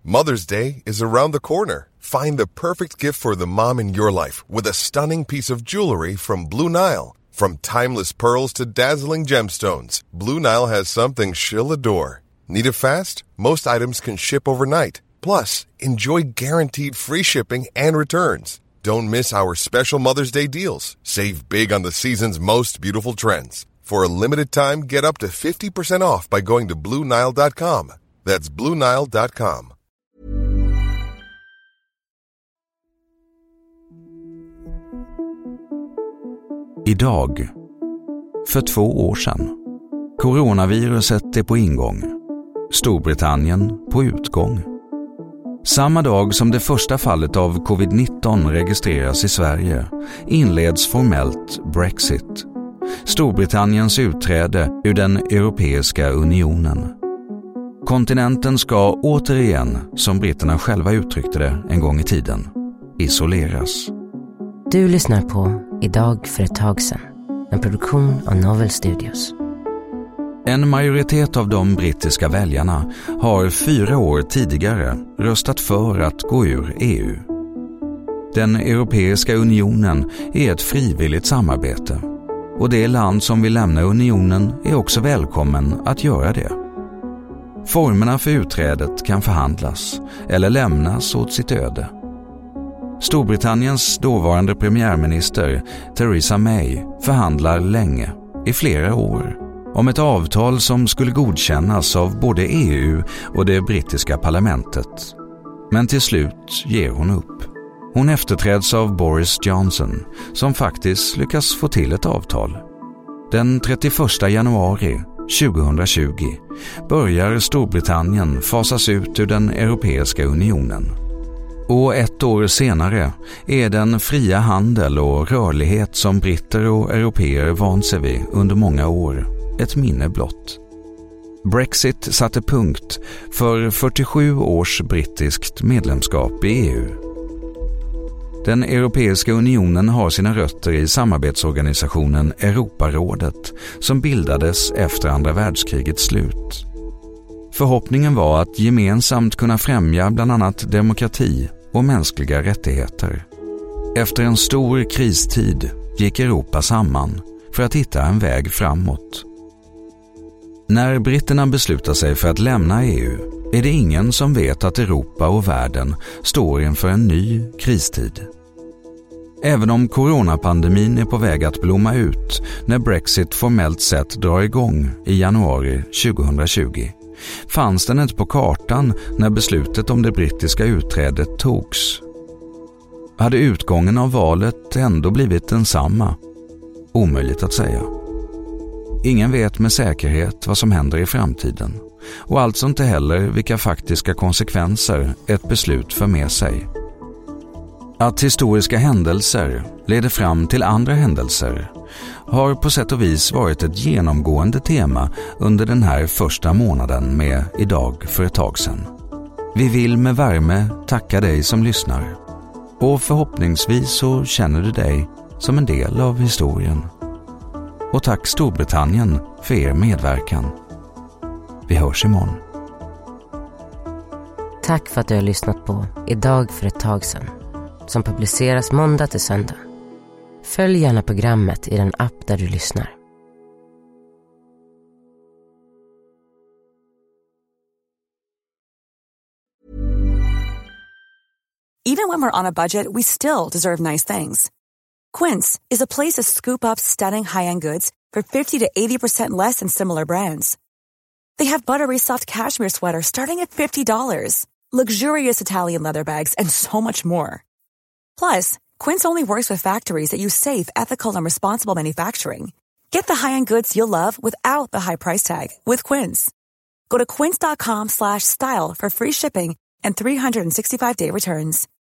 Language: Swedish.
Mother's Day is around the corner. Find the perfect gift for the mom in your life with a stunning piece of jewelry from Blue Nile. From timeless pearls to dazzling gemstones, Blue Nile has something she'll adore. Need it fast? Most items can ship overnight. Plus, enjoy guaranteed free shipping and returns. Don't miss our special Mother's Day deals. Save big on the season's most beautiful trends. For a limited time, get up to 50% off by going to BlueNile.com. That's BlueNile.com. Idag, för 2 år sedan. Coronaviruset är på ingång. Storbritannien på utgång. Samma dag som det första fallet av covid-19 registreras i Sverige inleds formellt Brexit. Storbritanniens utträde ur den Europeiska unionen. Kontinenten ska återigen, som britterna själva uttryckte det en gång i tiden, isoleras. Du lyssnar på Idag för ett tag sedan, en produktion av Novel Studios. En majoritet av de brittiska väljarna har 4 år tidigare röstat för att gå ur EU. Den Europeiska unionen är ett frivilligt samarbete och det land som vill lämna unionen är också välkommen att göra det. Formerna för utträdet kan förhandlas eller lämnas åt sitt öde. Storbritanniens dåvarande premiärminister Theresa May förhandlar länge, i flera år, om ett avtal som skulle godkännas av både EU och det brittiska parlamentet. Men till slut ger hon upp. Hon efterträds av Boris Johnson, som faktiskt lyckas få till ett avtal. Den 31 januari 2020 börjar Storbritannien fasas ut ur den Europeiska unionen. Och 1 år senare är den fria handel och rörlighet som britter och europeer vant sig vid under många år ett minne blott. Brexit satte punkt för 47 års brittiskt medlemskap i EU. Den Europeiska unionen har sina rötter i samarbetsorganisationen Europarådet som bildades efter andra världskrigets slut. Förhoppningen var att gemensamt kunna främja bland annat demokrati och mänskliga rättigheter. Efter en stor kristid gick Europa samman för att hitta en väg framåt. När britterna beslutar sig för att lämna EU är det ingen som vet att Europa och världen står inför en ny kristid. Även om coronapandemin är på väg att blomma ut när Brexit formellt sett drar igång i januari 2020 fanns den inte på kartan när beslutet om det brittiska utträdet togs. Hade utgången av valet ändå blivit densamma? Omöjligt att säga. Ingen vet med säkerhet vad som händer i framtiden och alltså inte heller vilka faktiska konsekvenser ett beslut för med sig. Att historiska händelser leder fram till andra händelser har på sätt och vis varit ett genomgående tema under den här första månaden med Idag för ett tag sedan. Vi vill med värme tacka dig som lyssnar och förhoppningsvis så känner du dig som en del av historien. Och tack Storbritannien för er medverkan. Vi hörs imorgon. Tack för att du har lyssnat på Idag för ett tag sedan, som publiceras måndag till söndag. Följ gärna programmet i den app där du lyssnar. Even when we're on a budget, we still deserve nice things. Quince is a place to scoop up stunning high-end goods for 50 to 80% less than similar brands. They have buttery soft cashmere sweaters starting at $50, luxurious Italian leather bags, and so much more. Plus, Quince only works with factories that use safe, ethical, and responsible manufacturing. Get the high-end goods you'll love without the high price tag with Quince. Go to quince.com/style for free shipping and 365-day returns.